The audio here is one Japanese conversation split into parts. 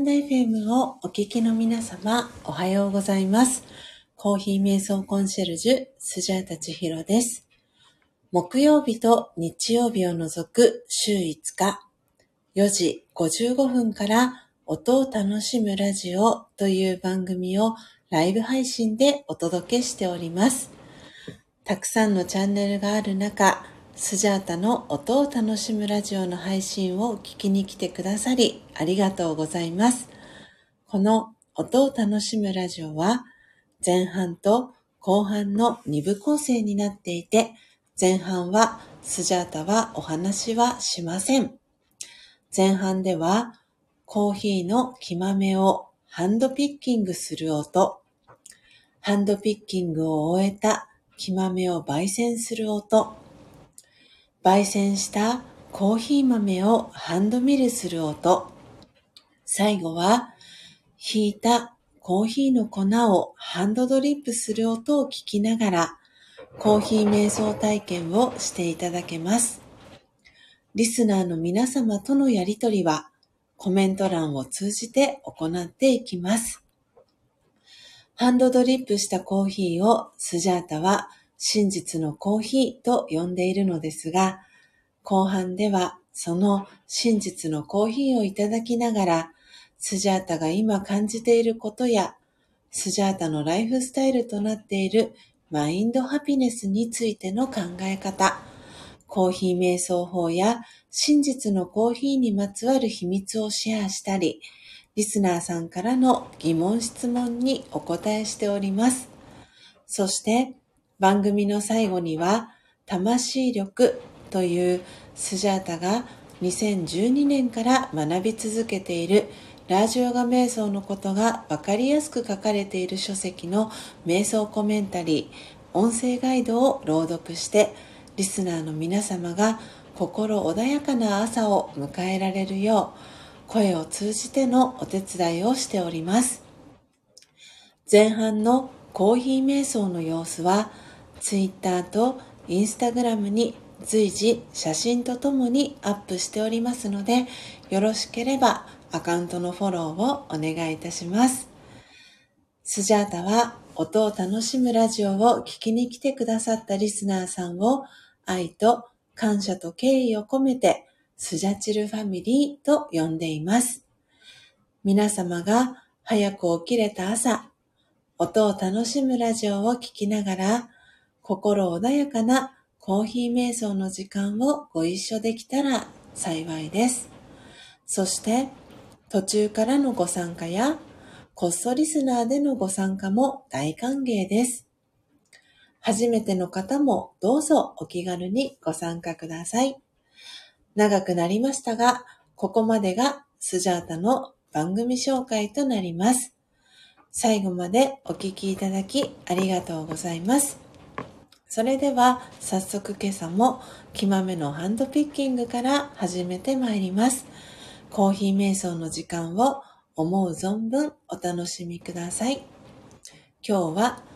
ンド FM をお聞きの皆様、おはようございます。コーヒー瞑想コンシェルジュ、スジャータ千尋です。木曜日と日曜日を除く週5日、4時55分から音を楽しむラジオという番組をライブ配信でお届けしております。たくさんのチャンネルがある中、スジャータの音を楽しむラジオの配信を聞きに来てくださりありがとうございます。この音を楽しむラジオは前半と後半の2部構成になっていて、前半はスジャータはお話はしません。前半ではコーヒーの木豆をハンドピッキングする音、ハンドピッキングを終えた木豆を焙煎する音、焙煎したコーヒー豆をハンドミルする音、最後はひいたコーヒーの粉をハンドドリップする音を聞きながらコーヒー瞑想体験をしていただけます。リスナーの皆様とのやりとりはコメント欄を通じて行っていきます。ハンドドリップしたコーヒーをスジャータは真実のコーヒーと呼んでいるのですが、後半ではその真実のコーヒーをいただきながら、スジャータが今感じていることや、スジャータのライフスタイルとなっているマインドハピネスについての考え方、コーヒー瞑想法や真実のコーヒーにまつわる秘密をシェアしたり、リスナーさんからの疑問質問にお答えしております。そして番組の最後には魂力というスジャータが2012年から学び続けているラージヨガ瞑想のことがわかりやすく書かれている書籍の瞑想コメンタリー、音声ガイドを朗読してリスナーの皆様が心穏やかな朝を迎えられるよう声を通じてのお手伝いをしております。前半のコーヒー瞑想の様子はツイッターとインスタグラムに随時写真とともにアップしておりますので、よろしければアカウントのフォローをお願いいたします。スジャータは音を楽しむラジオを聞きに来てくださったリスナーさんを愛と感謝と敬意を込めてスジャチルファミリーと呼んでいます。皆様が早く起きれた朝、音を楽しむラジオを聞きながら心穏やかなコーヒー瞑想の時間をご一緒できたら幸いです。そして途中からのご参加やこっそリスナーでのご参加も大歓迎です。初めての方もどうぞお気軽にご参加ください。長くなりましたが、ここまでがスジャータの番組紹介となります。最後までお聞きいただきありがとうございます。それでは早速今朝も木豆のハンドピッキングから始めてまいります。コーヒー瞑想の時間を思う存分お楽しみください。今日は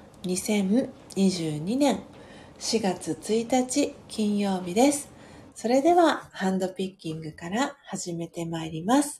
2022年4月1日金曜日です。それではハンドピッキングから始めてまいります。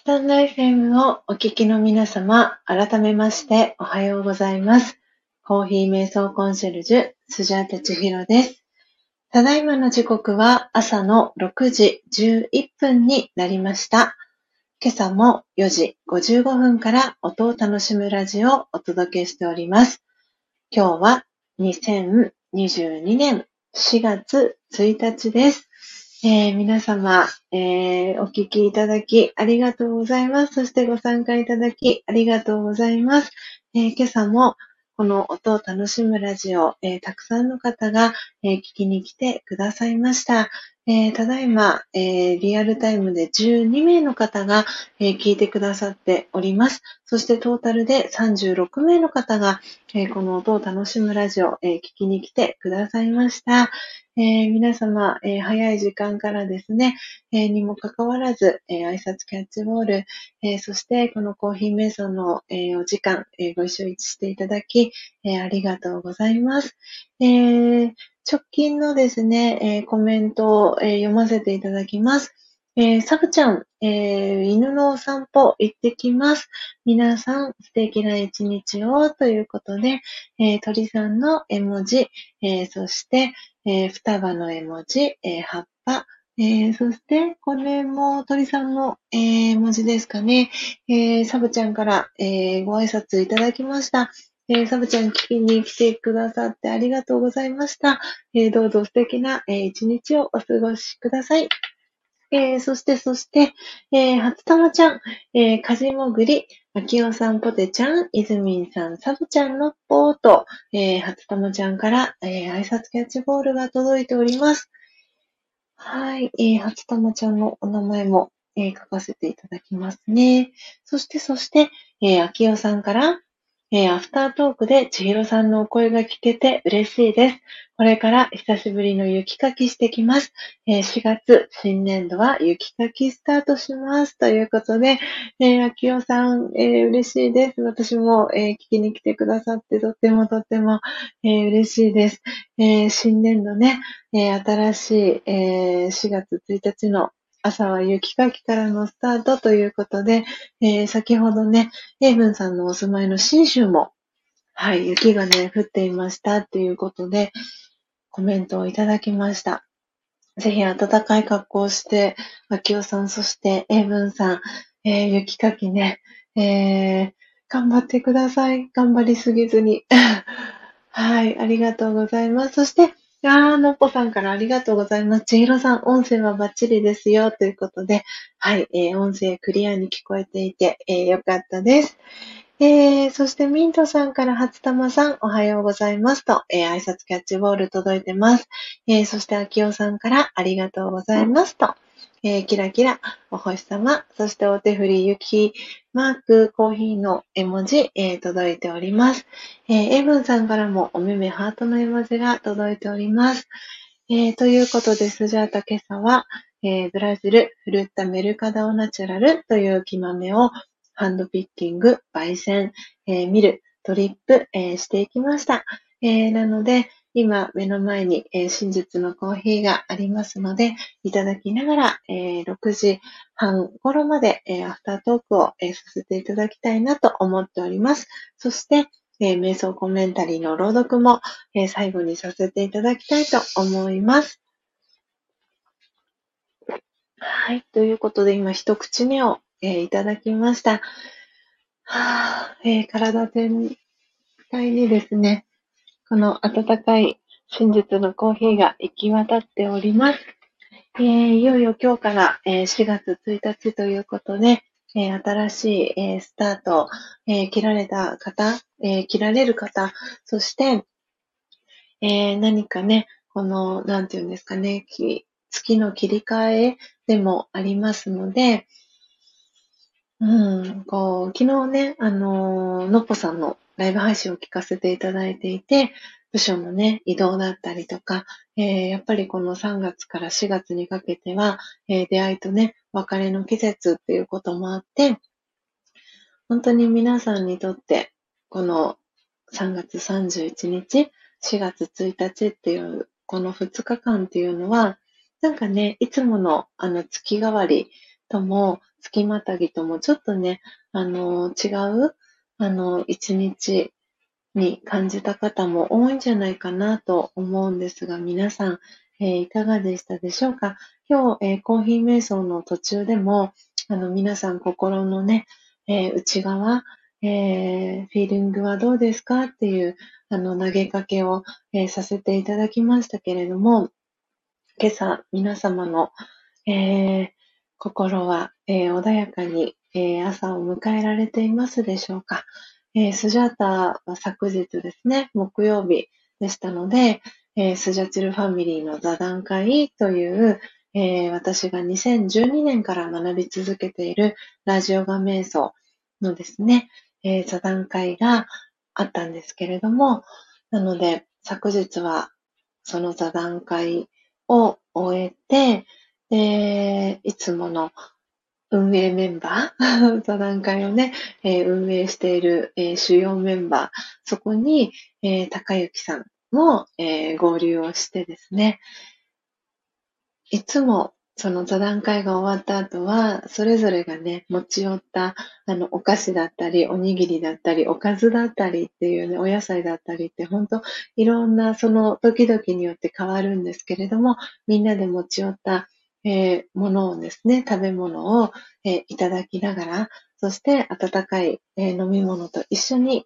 スタンド FM をお聞きの皆様、改めましておはようございます。コーヒー瞑想コンシェルジュ、スジャータ千尋です。ただいまの時刻は朝の6時11分になりました。今朝も4時55分から音を楽しむラジオをお届けしております。今日は2022年4月1日です。皆様、お聞きいただきありがとうございます。そしてご参加いただきありがとうございます。今朝もこの音を楽しむラジオ、たくさんの方が、聞きに来てくださいました。ただいま、リアルタイムで12名の方が、聞いてくださっております。そしてトータルで36名の方が、この音を楽しむラジオ、聞きに来てくださいました。皆様、早い時間からですね、にもかかわらず、挨拶キャッチボール、そしてこのコーヒー瞑想の、お時間、ご一緒していただき、ありがとうございます。直近のですね、コメントを、読ませていただきます。サブちゃん、犬のお散歩行ってきます。皆さん素敵な一日をということで、鳥さんの絵文字、そして、双葉の絵文字、葉っぱ、そして、これも鳥さんの、絵文字ですかね。サブちゃんから、ご挨拶いただきました。サブちゃん聞きに来てくださってありがとうございました。どうぞ素敵な、一日をお過ごしください。そして、初玉ちゃん、かじもぐり、あきおさん、ぽてちゃん、いずみんさん、さぶちゃんのぽーと、初玉ちゃんから、挨拶キャッチボールが届いております。はい、初玉ちゃんのお名前も、書かせていただきますね。そして、あきおさんから、アフタートークで千尋さんのお声が聞けて嬉しいです。これから久しぶりの雪かきしてきます。4月、新年度は雪かきスタートします。ということで、あきおさん、嬉しいです。私も、聞きに来てくださってとっても、嬉しいです。新年度ね、新しい、4月1日の朝は雪かきからのスタートということで、先ほどね、エイブンさんのお住まいの信州も、はい、雪がね、降っていましたということで、コメントをいただきました。ぜひ暖かい格好をして、秋代さん、そしてエイブンさん、雪かきね、頑張ってください。頑張りすぎずに。はい、ありがとうございます。そして、のっぽさんからありがとうございます。ちひろさん、音声はバッチリですよ、ということで、はい、音声クリアに聞こえていて、よかったです。そしてミントさんから初玉さんおはようございますと、挨拶キャッチボール届いてます。そしてあきおさんからありがとうございますと、キラキラお星様、そしてお手振り雪マークコーヒーの絵文字、届いております。エブンさんからもお目目ハートの絵文字が届いております。ということで、スジャータ今朝は、ブラジルフルッタメルカダオナチュラルという木豆をハンドピッキング、焙煎、ミル、ドリップ、していきました。なので、今目の前に、真実のコーヒーがありますので、いただきながら、6時半頃まで、アフタートークを、させていただきたいなと思っております。そして、瞑想コメンタリーの朗読も、最後にさせていただきたいと思います。はい。ということで、今一口目を、いただきました。体全体にですね、この温かい真実のコーヒーが行き渡っております。いよいよ今日から、4月1日ということで、新しい、スタートを、切られた方、切られる方、そして、何かね、この、なんていうんですかね、月の切り替えでもありますので、昨日ね、のっぽさんのライブ配信を聞かせていただいていて、部署のね、移動だったりとか、やっぱりこの3月から4月にかけては、出会いとね、別れの季節っていうこともあって、本当に皆さんにとって、この3月31日、4月1日っていう、この2日間っていうのは、なんかね、いつもの月替わりとも月またぎともちょっとね、違う、一日に感じた方も多いんじゃないかなと思うんですが、皆さん、いかがでしたでしょうか？今日、コーヒー瞑想の途中でも、皆さん心のね、内側、フィーリングはどうですかっていう、投げかけを、させていただきましたけれども、今朝、皆様の、心は、穏やかに、朝を迎えられていますでしょうか？スジャータは昨日ですね、木曜日でしたので、スジャチルファミリーの座談会という、私が2012年から学び続けているラジオガ瞑想のですね、座談会があったんですけれども、なので、昨日はその座談会を終えて、で、いつもの運営メンバー、座談会をね、運営している、主要メンバー、そこに、高幸さんも、合流をしてですね、いつもその座談会が終わった後は、それぞれがね、持ち寄った、お菓子だったり、おにぎりだったり、おかずだったりっていうね、お野菜だったりって、本当いろんな、その時々によって変わるんですけれども、みんなで持ち寄った、ものをですね、食べ物を、いただきながら、そして温かい、飲み物と一緒に、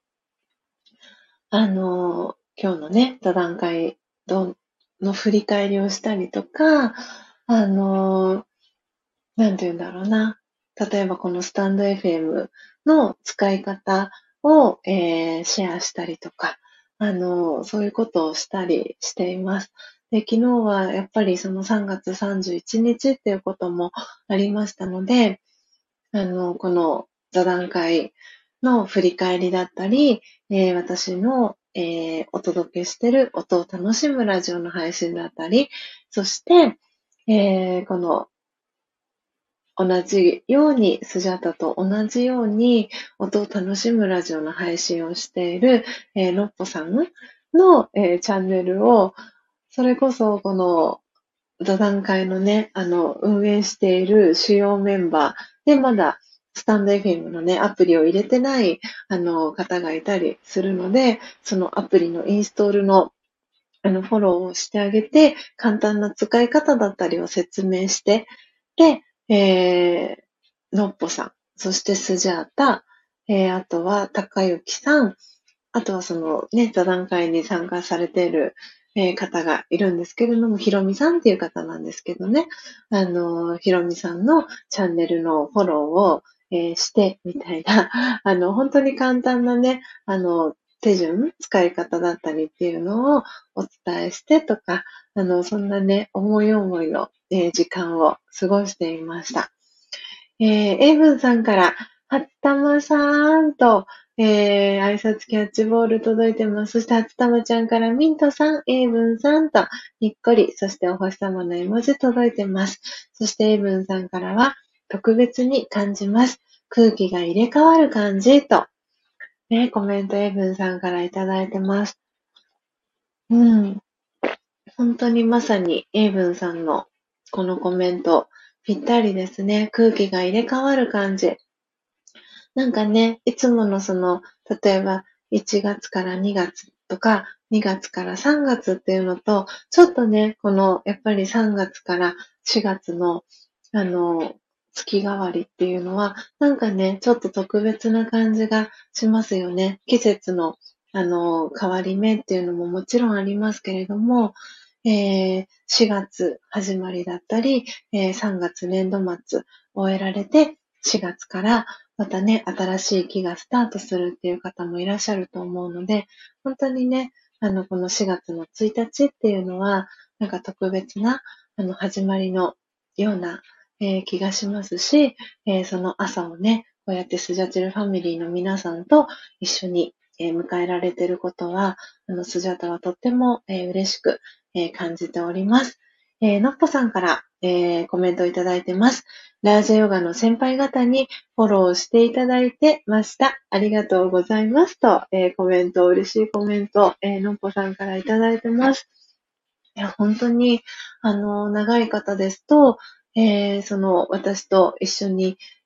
今日のね、座談会の振り返りをしたりとか、あの、なんて言うんだろうな。例えばこのスタンド FM の使い方を、シェアしたりとか、そういうことをしたりしています。で、昨日はやっぱりその3月31日っていうこともありましたので、この座談会の振り返りだったり、私の、お届けしている音を楽しむラジオの配信だったり、そして、この同じように、スジャータと同じように音を楽しむラジオの配信をしている、のっぽさんの、チャンネルを、それこそこの座談会のね、運営している主要メンバーで、まだスタンド FM のね、アプリを入れてない、方がいたりするので、そのアプリのインストールの、フォローをしてあげて、簡単な使い方だったりを説明して、で、のっぽさん、そしてスジャータ、あとは高幸さん、あとはそのね、座談会に参加されている、方がいるんですけれども、ひろみさんっていう方なんですけどね、ひろみさんのチャンネルのフォローを、してみたいな、本当に簡単なね、手順、使い方だったりっていうのをお伝えしてとか、そんなね、思い思いの、時間を過ごしていました。エイブンさんから、初玉さんと、挨拶キャッチボール届いてます。そして初玉ちゃんからミントさん、エイブンさんと、にっこり、そしてお星様の絵文字届いてます。そしてエイブンさんからは、特別に感じます。空気が入れ替わる感じと、ね、コメントエイブンさんからいただいてます。うん。本当にまさにエイブンさんのこのコメント、ぴったりですね。空気が入れ替わる感じ。なんかね、いつものその、例えば1月から2月とか、2月から3月っていうのと、ちょっとね、この、やっぱり3月から4月の、あの、月替わりっていうのは、なんかね、ちょっと特別な感じがしますよね。季節の、変わり目っていうのももちろんありますけれども、4月始まりだったり、3月年度末終えられて、4月からまたね、新しい期がスタートするっていう方もいらっしゃると思うので、本当にね、この4月の1日っていうのは、なんか特別な、始まりのような、気がしますし、その朝をね、こうやってスジャチルファミリーの皆さんと一緒に、迎えられていることは、スジャタはとっても、嬉しく、感じております。のっぽさんから、コメントをいただいてます。ラージャヨガの先輩方にフォローしていただいてました。ありがとうございますと、コメント、嬉しいコメント、のっぽさんからいただいてます。いや、本当に、長い方ですと、その、私と一緒に、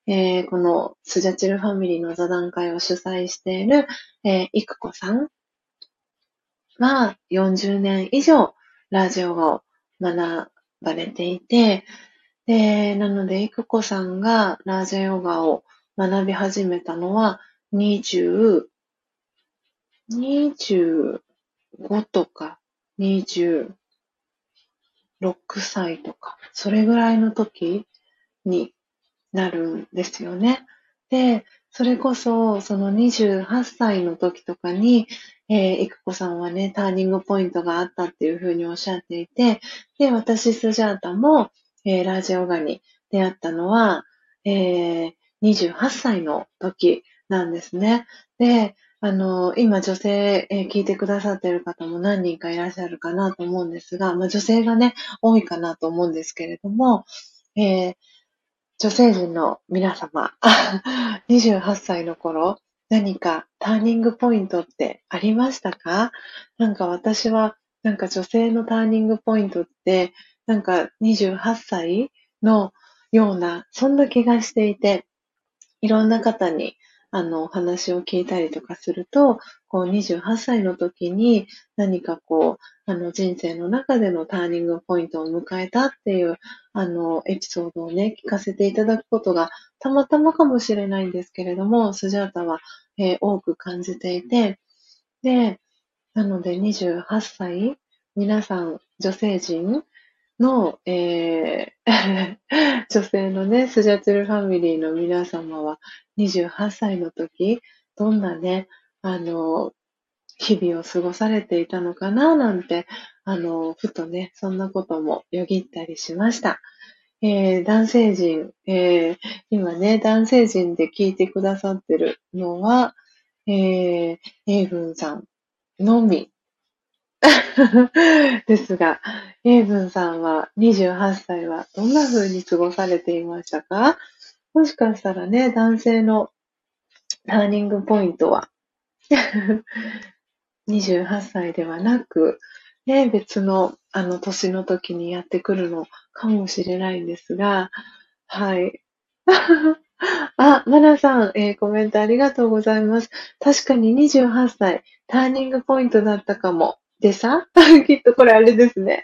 このスジャチルファミリーの座談会を主催している、いくこさんは40年以上ラジオを学ばれていて、で、なので、いくこさんがラージャヨガを学び始めたのは25とか26歳とか、それぐらいの時になるんですよね。で、それこそ、その28歳の時とかに、いくこさんはね、ターニングポイントがあったっていうふうにおっしゃっていて、で、私、スジャータも、ラージオガに出会ったのは、28歳の時なんですね。で、今女性、聞いてくださっている方も何人かいらっしゃるかなと思うんですが、女性がね、多いかなと思うんですけれども、えー女性陣の皆様、28歳の頃、何かターニングポイントってありましたか？なんか私は、なんか女性のターニングポイントって、なんか28歳のような、そんな気がしていて、いろんな方に、お話を聞いたりとかすると、こう、28歳の時に何かこう、人生の中でのターニングポイントを迎えたっていう、エピソードをね、聞かせていただくことが、たまたまかもしれないんですけれども、スジャータは、多く感じていて、で、なので28歳、皆さん、女性陣の、女性のね、スジャチルファミリーの皆様は、28歳の時、どんなね、あの、日々を過ごされていたのかな、なんて、ふとね、そんなこともよぎったりしました。男性陣、今ね、男性陣で聞いてくださってるのは、エイブンさんのみですが、エイブンさんは28歳はどんな風に過ごされていましたか？もしかしたらね、男性のターニングポイントは28歳ではなく、ね、別の年の時にやってくるのかもしれないんですが、はい。あ、マナさん、コメントありがとうございます。確かに28歳、ターニングポイントだったかも。でさきっとこれあれですね。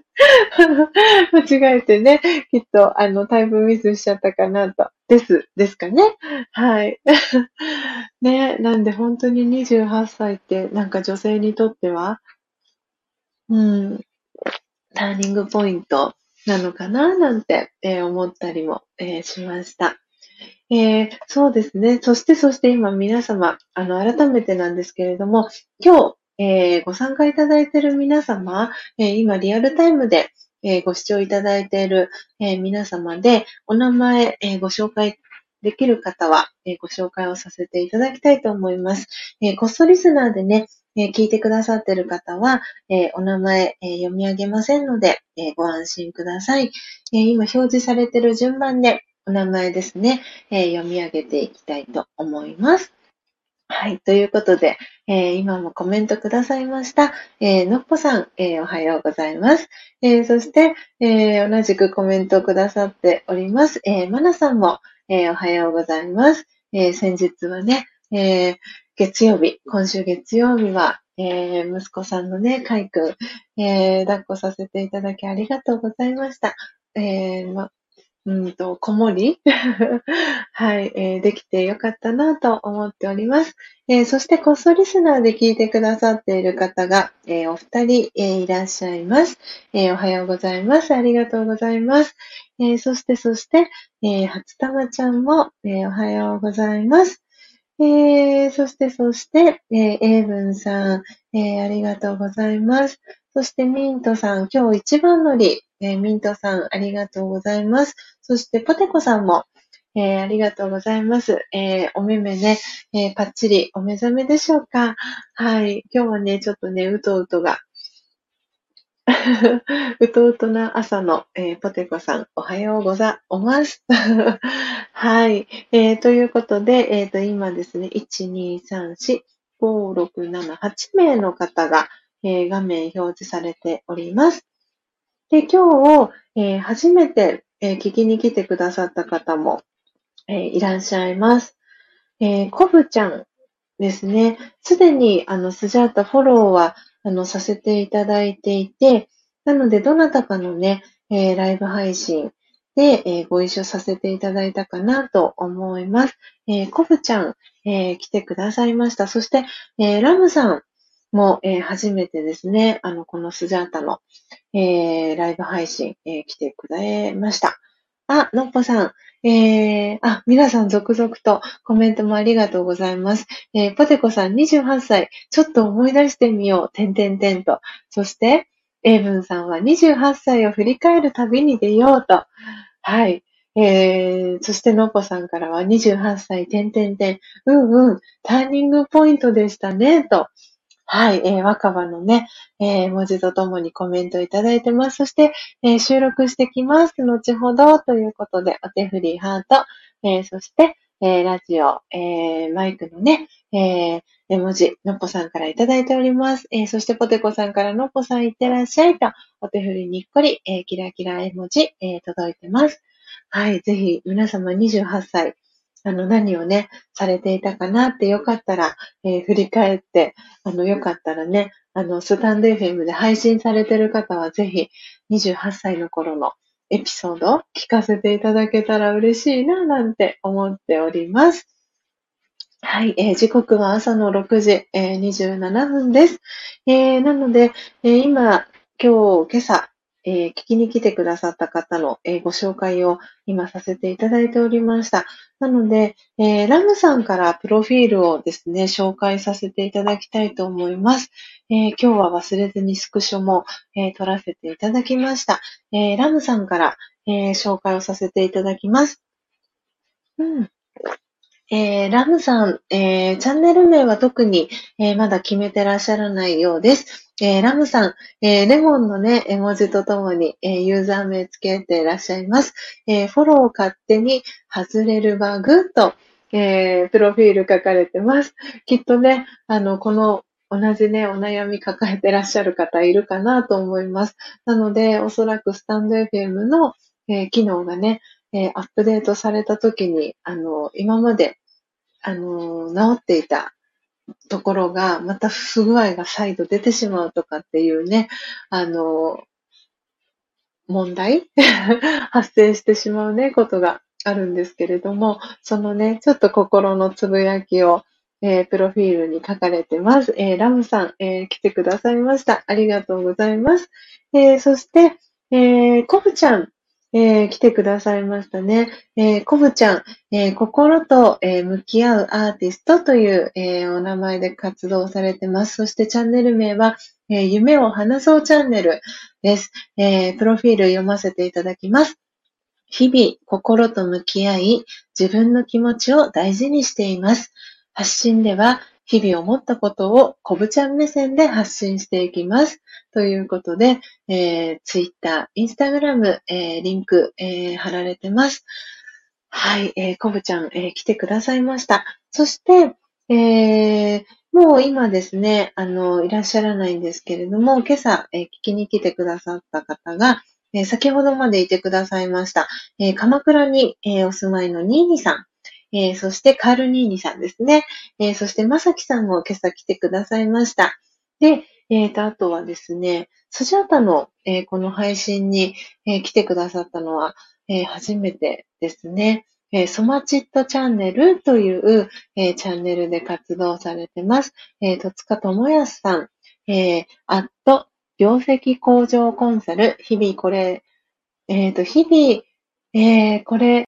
間違えてね、きっと、タイプミスしちゃったかなと。ですかね。はい。ね、なんで本当に28歳って、なんか女性にとっては、うん、ターニングポイントなのかななんて、思ったりも、しました。そうですね。そして今皆様、改めてなんですけれども、今日、ご参加いただいている皆様、今リアルタイムで、ご視聴いただいている、皆様で、お名前、ご紹介できる方は、ご紹介をさせていただきたいと思います。コストリスナーでね、聞いてくださっている方は、お名前、読み上げませんので、ご安心ください。今表示されている順番でお名前ですね、読み上げていきたいと思います。はい。ということで、今もコメントくださいました。のっぽさん、おはようございます。そして、同じくコメントをくださっております。まなさんも、おはようございます。先日はね、月曜日、今週月曜日は、息子さんのね、かいくん、抱っこさせていただきありがとうございました。子守はい、できてよかったなと思っております。そしてこっそリスナーで聞いてくださっている方が、お二人、いらっしゃいます。おはようございます。ありがとうございます。そして、初玉ちゃんも、おはようございます。そして、エイブンさん、ありがとうございます。そしてミントさん、今日一番乗り、ミントさん、ありがとうございます。そしてポテコさんも、ありがとうございます。お目目ね、パッチリお目覚めでしょうか？はい。今日はね、ちょっとね、うとうとがうとうとな朝の、ポテコさん、おはようございます。はい。ということで、今ですね、1、2、3、4、5、6、7、8名の方が、画面表示されております。で、今日、初めて、聞きに来てくださった方もいらっしゃいます。コブちゃんですね。すでに、スジャータフォローは、させていただいていて、なので、どなたかのね、ライブ配信で、ご一緒させていただいたかなと思います。コブちゃん、来てくださいました。そして、ラムさんも、初めてですね、このスジャータの、ライブ配信、来てくれました。あ、のっぽさん、皆さん続々とコメントもありがとうございます。ポテコさん28歳、ちょっと思い出してみよう、てんてんてんと。そして、エイブンさんは28歳を振り返る旅に出ようと。はい。そしてのっぽさんからは28歳、てんてんてん。うんうん、ターニングポイントでしたね、と。はい、若葉のね、文字とともにコメントいただいてます。そして、収録してきます。後ほどということで、お手振りハート、そして、ラジオ、マイクのね、絵文字、のっぽさんからいただいております。そして、ポテコさんからのっぽさんいってらっしゃいと、お手振りにっこり、キラキラ絵文字、届いてます。はい、ぜひ、皆様28歳、何をね、されていたかなってよかったら、振り返って、よかったらね、スタンド FM で配信されてる方はぜひ、28歳の頃のエピソードを聞かせていただけたら嬉しいな、なんて思っております。はい、時刻は朝の6時、27分です。なので、今朝、聞きに来てくださった方の、ご紹介を今させていただいておりました。なので、ラムさんからプロフィールをですね、紹介させていただきたいと思います。今日は忘れずにスクショも、撮らせていただきました。ラムさんから、紹介をさせていただきます。うん。ラムさん、チャンネル名は特に、まだ決めてらっしゃらないようです。ラムさん、レモンのね、絵文字とともに、ユーザー名つけていらっしゃいます。フォロー勝手に外れるバグと、プロフィール書かれてます。きっとね、この同じね、お悩み抱えてらっしゃる方いるかなと思います。なので、おそらくスタンド FM の、機能がね、アップデートされた時に、今まで、治っていたところが、また不具合が再度出てしまうとかっていうね、あの、問題発生してしまうね、ことがあるんですけれども、そのね、ちょっと心のつぶやきを、プロフィールに書かれてます。ラムさん、来てくださいました。ありがとうございます。そして、コブちゃん、来てくださいましたね。コブちゃん、心と、向き合うアーティストという、お名前で活動されてます。そしてチャンネル名は、夢を話そうチャンネルです。プロフィール読ませていただきます。日々、心と向き合い、自分の気持ちを大事にしています。発信では、日々思ったことをコブちゃん目線で発信していきます。ということで、Twitter、Instagram、リンク、貼られてます。はい、コブちゃん、来てくださいました。そして、もう今ですね、いらっしゃらないんですけれども、今朝、聞きに来てくださった方が、先ほどまでいてくださいました。鎌倉に、お住まいのニーニさん、そしてカールニーニさんですね。そしてまさきさんも今朝来てくださいました。で、あとはですね、スジャータの、この配信に、来てくださったのは、初めてですね。ソマチットチャンネルという、チャンネルで活動されてます。戸塚智康さん、業績向上コンサル、日々これ、日々、これ、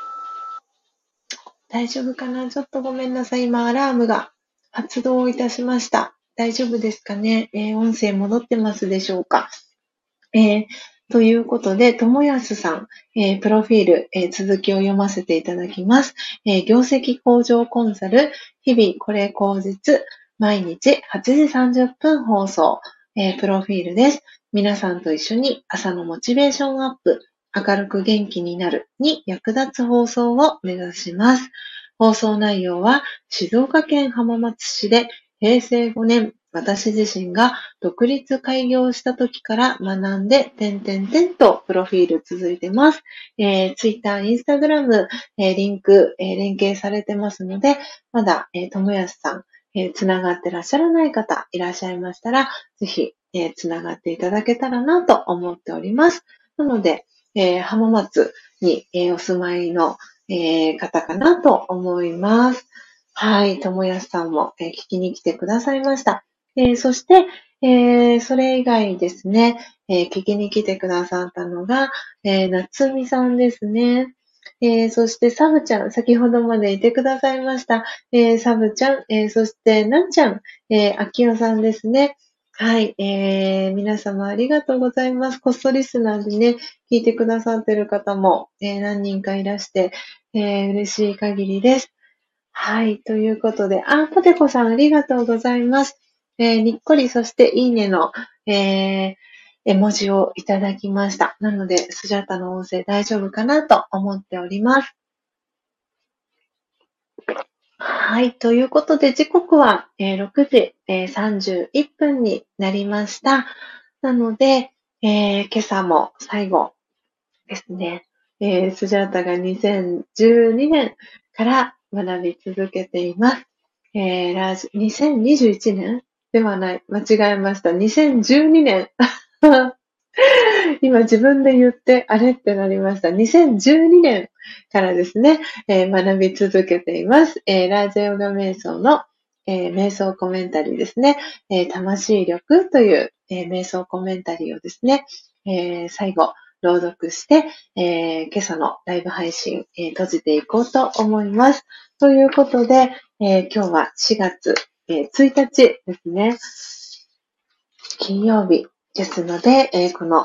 大丈夫かな、ちょっとごめんなさい。今、アラームが発動いたしました。大丈夫ですかね、音声戻ってますでしょうか。ということで、ともやすさん、プロフィール、続きを読ませていただきます。業績向上コンサル、日々これ口実、毎日8時30分放送、プロフィールです。皆さんと一緒に朝のモチベーションアップ、明るく元気になるに役立つ放送を目指します。放送内容は静岡県浜松市で平成5年私自身が独立開業した時から学んで、とプロフィール続いてます。Twitter、Instagram、リンク、連携されてますので、まだ、ともやすさん、つながってらっしゃらない方いらっしゃいましたら、ぜひ、つながっていただけたらなと思っております。なので、浜松に、お住まいの、方かなと思います。はい、ともやすさんも、聞きに来てくださいました。そして、それ以外ですね、聞きに来てくださったのが、なつみさんですね。そして、サブちゃん、先ほどまでいてくださいました。サブちゃん、そして、なんちゃん、あきおさんですね。はい、皆様ありがとうございます。こっそリスナーでね、聞いてくださっている方も、何人かいらして、嬉しい限りです。はい。ということで、ポテコさんありがとうございます。にっこり、そしていいねの、絵文字をいただきました。なので、スジャタの音声大丈夫かなと思っております。はい。ということで、時刻は、6時、31分になりました。なので、今朝も最後ですね、スジャータが2012年から学び続けています。2021年ではない。間違えました。2012年。今自分で言って、あれってなりました。2012年からですね、学び続けています。ラージェヨガ瞑想の、瞑想コメンタリーですね。魂力という、瞑想コメンタリーをですね、最後、朗読して、今朝のライブ配信、閉じていこうと思います。ということで、今日は4月、1日ですね。金曜日ですので、この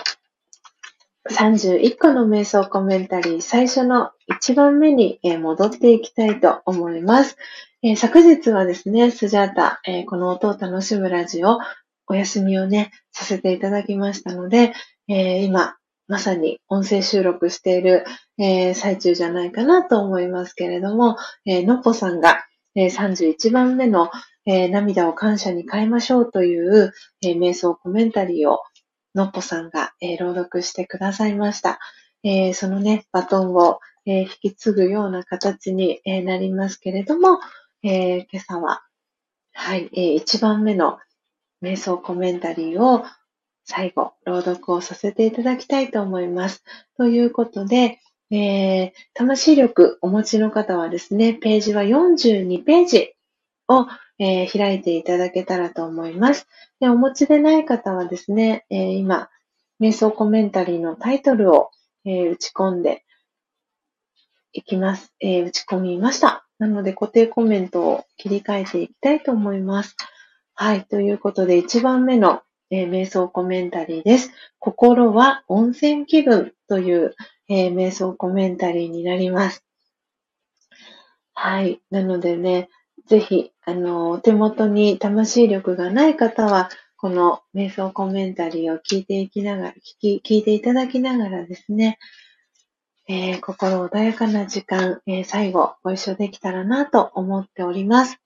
31個の瞑想コメンタリー、最初の1番目に戻っていきたいと思います。昨日はですね、スジャータ、この音を楽しむラジオ、お休みをね、させていただきましたので、今、まさに音声収録している、最中じゃないかなと思いますけれども、のっぽさんが、31番目の、涙を感謝に変えましょうという、瞑想コメンタリーをのっぽさんが、朗読してくださいました。そのね、バトンを、引き継ぐような形に、なりますけれども、今朝は、はい、1番目の瞑想コメンタリーを最後、朗読をさせていただきたいと思います。ということで、魂力お持ちの方はですね、ページは42ページを、開いていただけたらと思います。で、お持ちでない方はですね、今、瞑想コメンタリーのタイトルを、打ち込んでいきます。打ち込みました。なので固定コメントを切り替えていきたいと思います。はい。ということで、1番目の、瞑想コメンタリーです。心は温泉気分という、瞑想コメンタリーになります。はい。なのでね、ぜひ、お手元に魂力がない方は、この瞑想コメンタリーを聞いていきながら、聞いていただきながらですね、心穏やかな時間、最後ご一緒できたらなと思っております。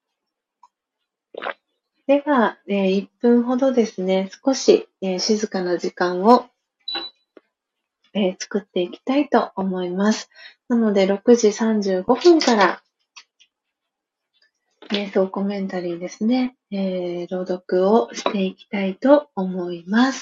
では、1分ほどですね、少し、静かな時間を、作っていきたいと思います。なので、6時35分から瞑想コメンタリーですね、朗読をしていきたいと思います。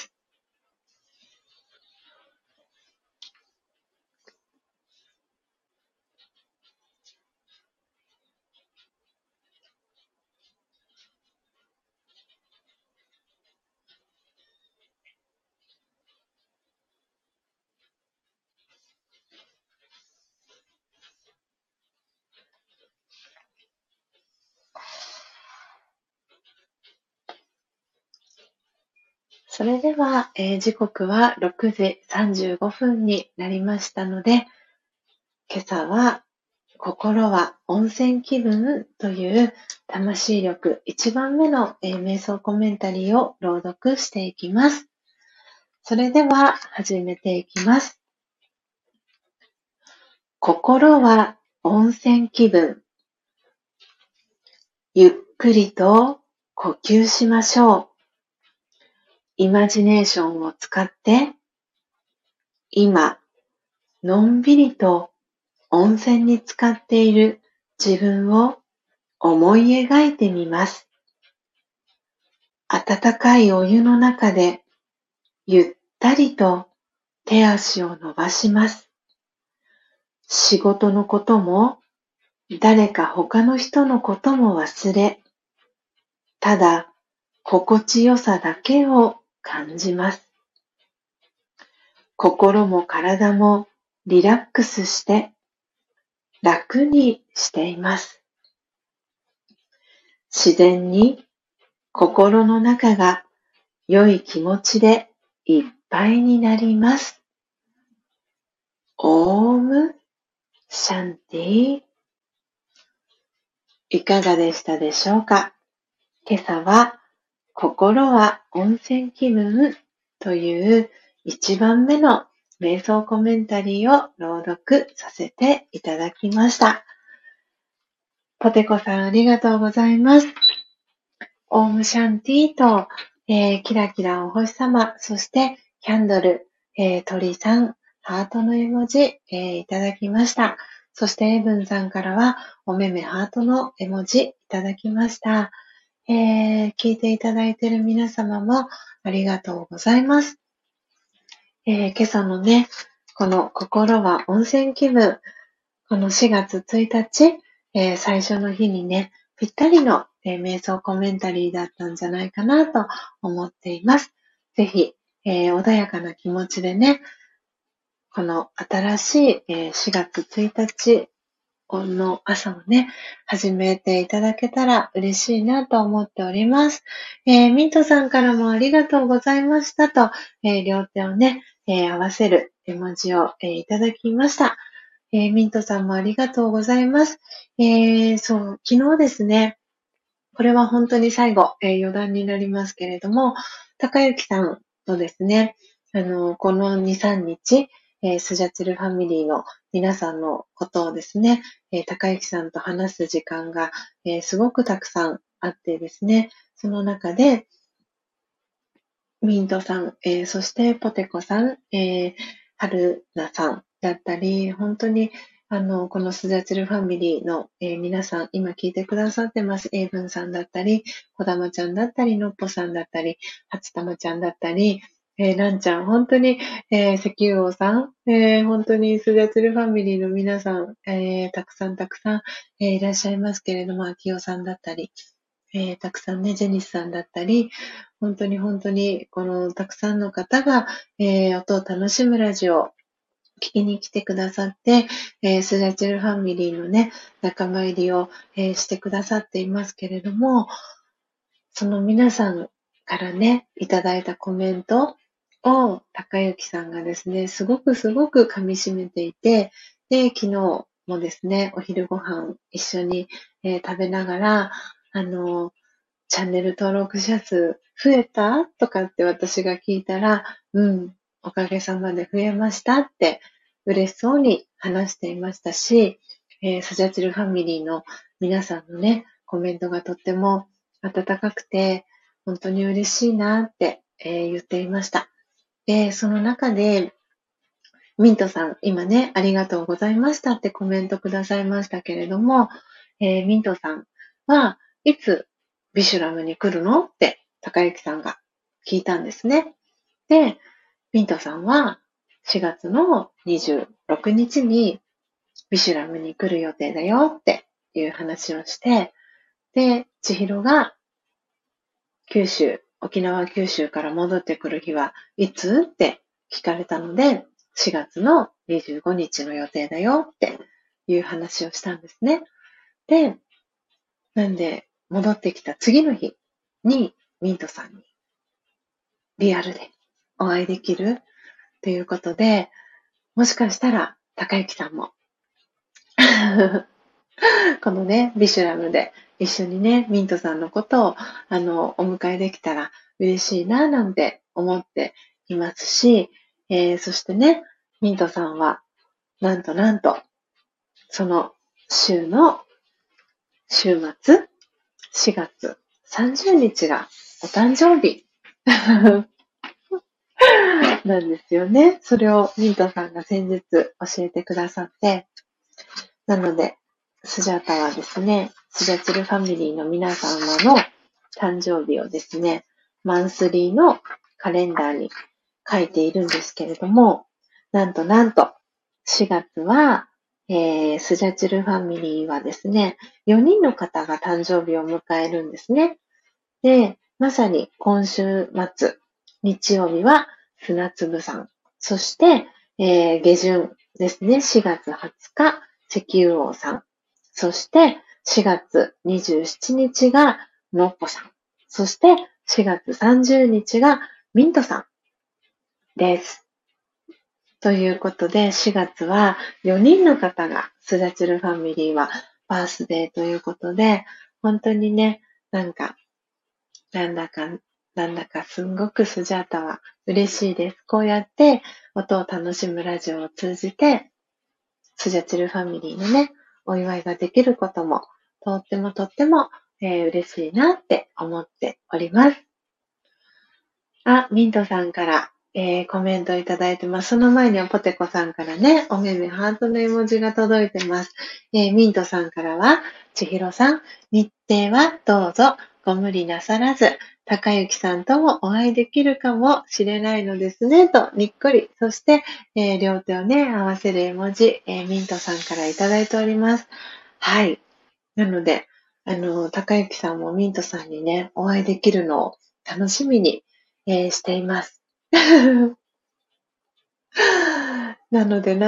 それでは、時刻は6時35分になりましたので、今朝は心は温泉気分という魂力1番目の、瞑想コメンタリーを朗読していきます。それでは始めていきます。心は温泉気分。ゆっくりと呼吸しましょう。イマジネーションを使って、今、のんびりと温泉に浸かっている自分を思い描いてみます。温かいお湯の中でゆったりと手足を伸ばします。仕事のことも誰か他の人のことも忘れ、ただ心地よさだけを感じます。心も体もリラックスして楽にしています。自然に心の中が良い気持ちでいっぱいになります。オームシャンティ。いかがでしたでしょうか？今朝は心は温泉気分という一番目の瞑想コメンタリーを朗読させていただきました。ポテコさんありがとうございます。オームシャンティと、キラキラお星様、そしてキャンドル、鳥さん、ハートの絵文字、いただきました。そしてエブンさんからはおめめハートの絵文字いただきました。聞いていただいている皆様もありがとうございます。今朝のね、この心は温泉気分、この4月1日、最初の日にね、ぴったりの、瞑想コメンタリーだったんじゃないかなと思っています。ぜひ、穏やかな気持ちでね、この新しい、4月1日の朝をね、始めていただけたら嬉しいなと思っております。ミントさんからもありがとうございましたと、両手をね、合わせる絵文字を、いただきました。ミントさんもありがとうございます。昨日ですね、これは本当に最後、余談になりますけれども、高幸さんとですね、この2、3日、スジャチルファミリーの皆さんのことをですね、高幸さんと話す時間が、すごくたくさんあってですね、その中で、ミントさん、そしてポテコさん、ハルナさんだったり、本当にこのスジャチルファミリーの、皆さん、今聞いてくださってます。エイブンさんだったり、コダマちゃんだったり、ノッポさんだったり、ハツタマちゃんだったり、ランちゃん、本当に、石油王さん、本当にスジャチルファミリーの皆さん、たくさんたくさん、いらっしゃいますけれども、アキオさんだったり、たくさんね、ジェニスさんだったり、本当に本当に、このたくさんの方が、音を楽しむラジオを聞きに来てくださって、スジャチルファミリーのね、仲間入りを、してくださっていますけれども、その皆さんからね、いただいたコメントを、高幸さんがですね、すごくすごく噛み締めていて、で、昨日もですね、お昼ご飯一緒に、食べながら、チャンネル登録者数増えたとかって私が聞いたら、おかげさまで増えましたって嬉しそうに話していましたし、スジャチルファミリーの皆さんのね、コメントがとっても温かくて、本当に嬉しいなって、言っていました。で、その中で、ミントさん、今ね、ありがとうございましたってコメントくださいましたけれども、ミントさんはいつビシュラムに来るのって高幸さんが聞いたんですね。で、ミントさんは4月の26日にビシュラムに来る予定だよっていう話をして、で、千尋が沖縄九州から戻ってくる日はいつって聞かれたので、4月の25日の予定だよっていう話をしたんですね。で、なんで戻ってきた次の日にミントさんにリアルでお会いできるということで、もしかしたら高幸さんもこのね、ビシュラムで一緒にね、ミントさんのことをお迎えできたら嬉しいななんて思っていますし、そしてね、ミントさんはなんとその週末、4月 30日がお誕生日なんですよね。それをミントさんが先日教えてくださって、なので、スジャータはですね、スジャチルファミリーの皆様の誕生日をですね、マンスリーのカレンダーに書いているんですけれども、なんと4月は、スジャチルファミリーはですね、4人の方が誕生日を迎えるんですね。で、まさに今週末、日曜日は砂粒さん、そして、下旬ですね、4月20日、石油王さん、そして4月27日がのっぽさん、そして4月30日がミントさんです。ということで、4月は4人の方がスジャチルファミリーはバースデーということで、本当にね、なんだかすんごくスジャータは嬉しいです。こうやって音を楽しむラジオを通じて、スジャチルファミリーのね、お祝いができることも、とっても嬉しいなって思っております。ミントさんから、コメントいただいてます。その前にはポテコさんからね、おめめハートの絵文字が届いてます。ミントさんからは、ちひろさん、日程はどうぞご無理なさらず、高幸さんともお会いできるかもしれないのですね、とにっこり。そして、両手をね、合わせる絵文字、ミントさんからいただいております。はい。なので、高幸さんもミントさんにね、お会いできるのを楽しみにしています。なので、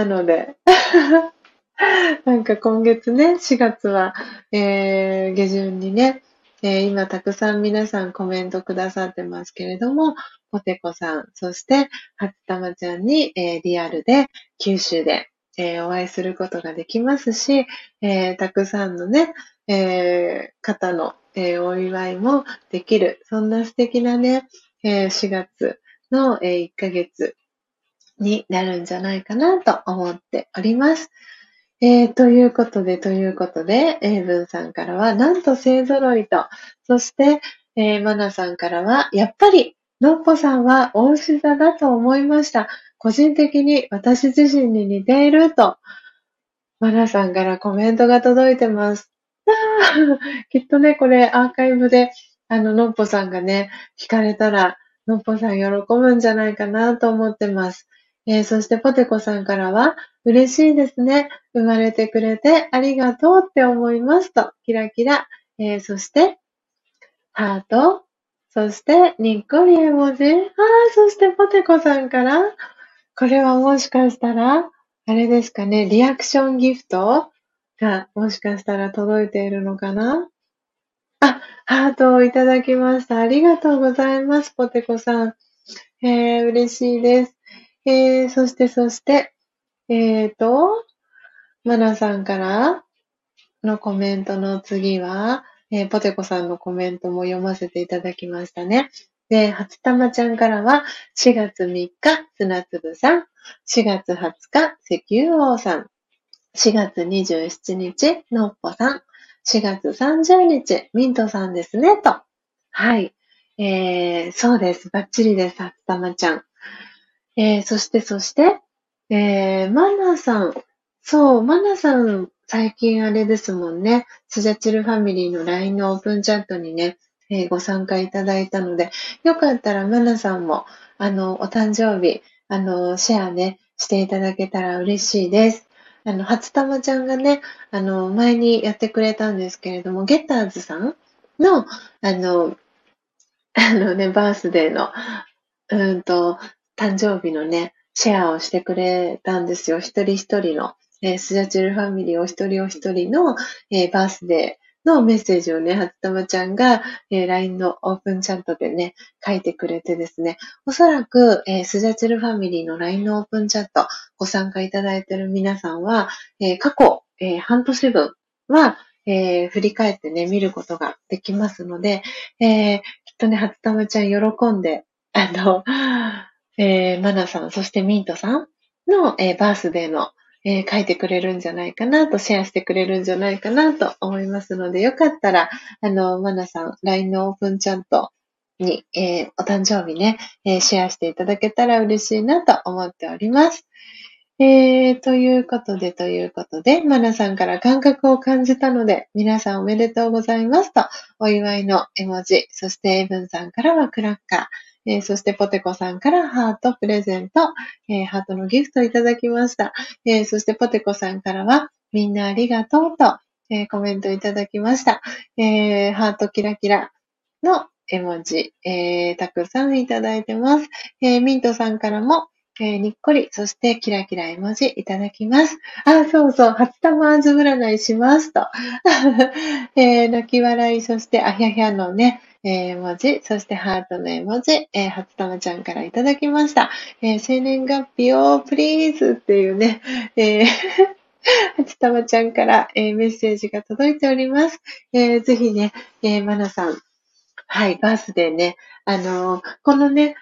なんか今月ね、4月は、下旬にね、今たくさん皆さんコメントくださってますけれども、ポテコさん、そして初玉ちゃんに、リアルで九州で、お会いすることができますし、たくさんのね、方の、お祝いもできる、そんな素敵なね、4月の、1ヶ月になるんじゃないかなと思っております。ということで、英文さんからは、なんと勢揃いと、そして、マナさんからは、やっぱり、のっぽさんは大志座だと思いました。個人的に私自身に似ていると、マナさんからコメントが届いてます。きっとね、これアーカイブで、のっぽさんがね、聞かれたら、のっぽさん喜ぶんじゃないかなと思ってます。そしてポテコさんからは、嬉しいですね。生まれてくれてありがとうって思いますと、キラキラ。そして、ハート。そして、にっこり絵文字。そしてポテコさんから、これはもしかしたら、あれですかね、リアクションギフトがもしかしたら届いているのかな。ハートをいただきました。ありがとうございます、ポテコさん。嬉しいです。そして、マナさんからのコメントの次は、ポテコさんのコメントも読ませていただきましたね。で、初玉ちゃんからは、4月3日、砂粒さん、4月20日、石油王さん、4月27日、のっぽさん、4月30日、ミントさんですね、と。はい。そうです。バッチリです、初玉ちゃん。そして、マナさん。そう、マナさん、最近あれですもんね。スジャチルファミリーの LINE のオープンチャットにね、ご参加いただいたので、よかったらマナさんも、お誕生日、シェアね、していただけたら嬉しいです。初玉ちゃんがね、前にやってくれたんですけれども、ゲッターズさんの、バースデーの、誕生日のね、シェアをしてくれたんですよ。一人一人の、スジャチルファミリーお一人お一人の、バースデーのメッセージをね、初玉ちゃんが、LINE のオープンチャットでね、書いてくれてですね、おそらく、スジャチルファミリーの LINE のオープンチャットご参加いただいている皆さんは、過去、半年分は、振り返ってね、見ることができますので、きっとね、初玉ちゃん喜んで、マナさん、そしてミントさんの、バースデーの、 書いてくれるんじゃないかなと、シェアしてくれるんじゃないかなと思いますので、よかったら、まなさん、LINE のオープンチャットに、お誕生日ね、シェアしていただけたら嬉しいなと思っております。ということで、マナさんから感覚を感じたので、皆さんおめでとうございますと、お祝いの絵文字、そしてエブンさんからはクラッカー、そしてポテコさんからハートプレゼント、ハートのギフトいただきました。そしてポテコさんからは、みんなありがとうと、コメントいただきました。ハートキラキラの絵文字、たくさんいただいてます。ミントさんからも、にっこり、そしてキラキラ絵文字いただきます。あ、そうそう、初玉あず占いしますと。泣き笑い、そしてあひゃひゃのね、絵文字、そしてハートの絵文字、初玉ちゃんからいただきました。生年月日をプリーズっていうね、初玉ちゃんから、メッセージが届いております。ぜひね、まなさん、はい、バースデーね、このね、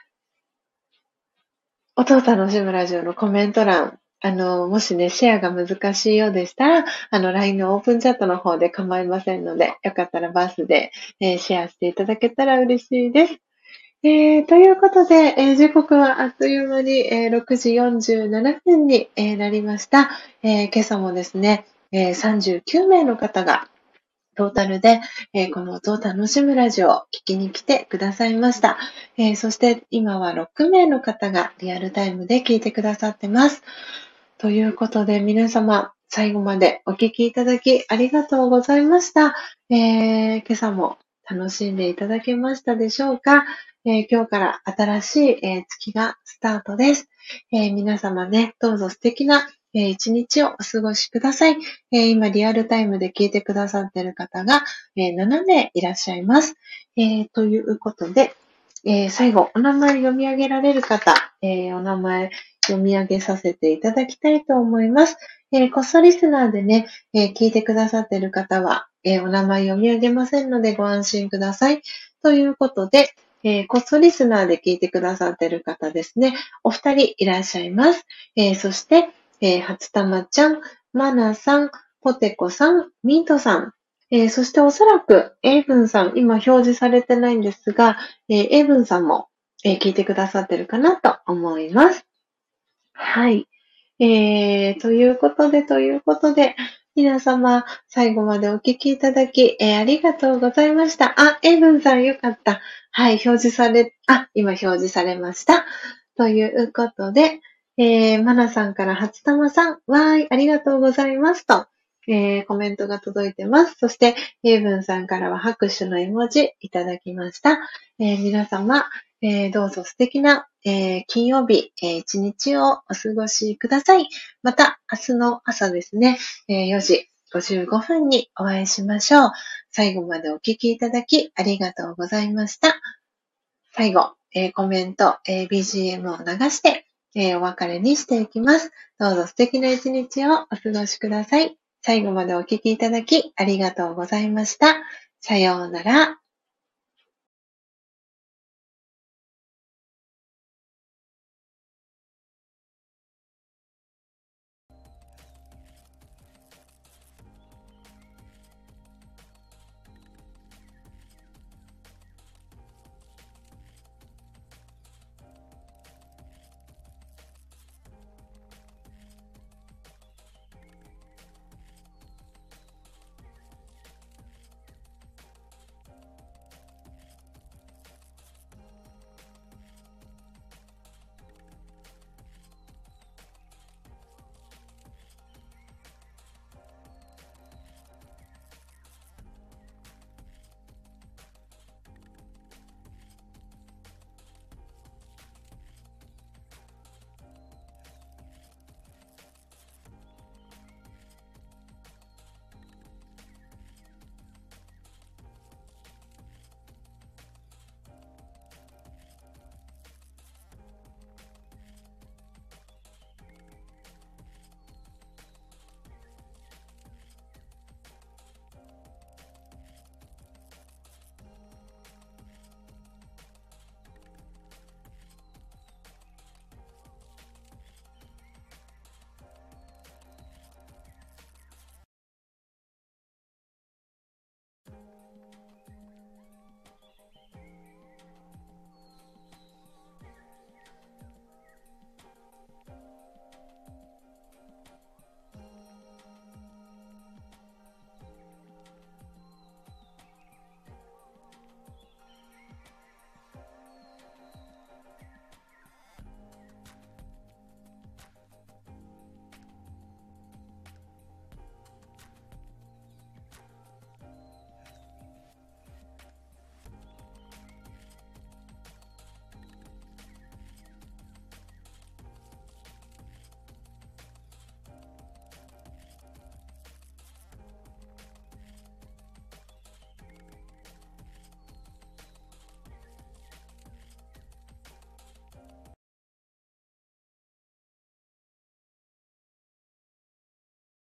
音を楽しむラジオのコメント欄、もしね、シェアが難しいようでしたら、LINE のオープンチャットの方で構いませんので、よかったらバースで、シェアしていただけたら嬉しいです。ということで、時刻はあっという間に、6時47分に、なりました。今朝もですね、39名の方がトータルで、この音を楽しむラジオを聞きに来てくださいました。そして今は6名の方がリアルタイムで聞いてくださってます。ということで皆様最後までお聞きいただきありがとうございました。今朝も楽しんでいただけましたでしょうか。今日から新しい、月がスタートです。皆様ね、どうぞ素敵な一日をお過ごしください。今リアルタイムで聞いてくださっている方が、7名いらっしゃいます。ということで、最後、お名前読み上げられる方、お名前読み上げさせていただきたいと思います。こっそリスナーでね、聞いてくださっている方は、お名前読み上げませんのでご安心ください。ということで、こっそリスナーで聞いてくださっている方ですね、お二人いらっしゃいます。そして、初玉ちゃん、マナさん、ポテコさん、ミントさん、そしておそらく、エイブンさん、今表示されてないんですが、エイブンさんも、聞いてくださってるかなと思います。はい。ということで、皆様、最後までお聞きいただき、ありがとうございました。あ、エイブンさんよかった。はい、今表示されました。ということで、マナさんから初玉さん、わーい、ありがとうございますと、コメントが届いてます。そして、エイブンさんからは拍手の絵文字いただきました。皆様、どうぞ素敵な、金曜日、一日をお過ごしください。また明日の朝ですね、4時55分にお会いしましょう。最後までお聞きいただきありがとうございました。最後、コメント、BGM を流して、お別れにしていきます。どうぞ素敵な一日をお過ごしください。最後までお聞きいただきありがとうございました。さようなら。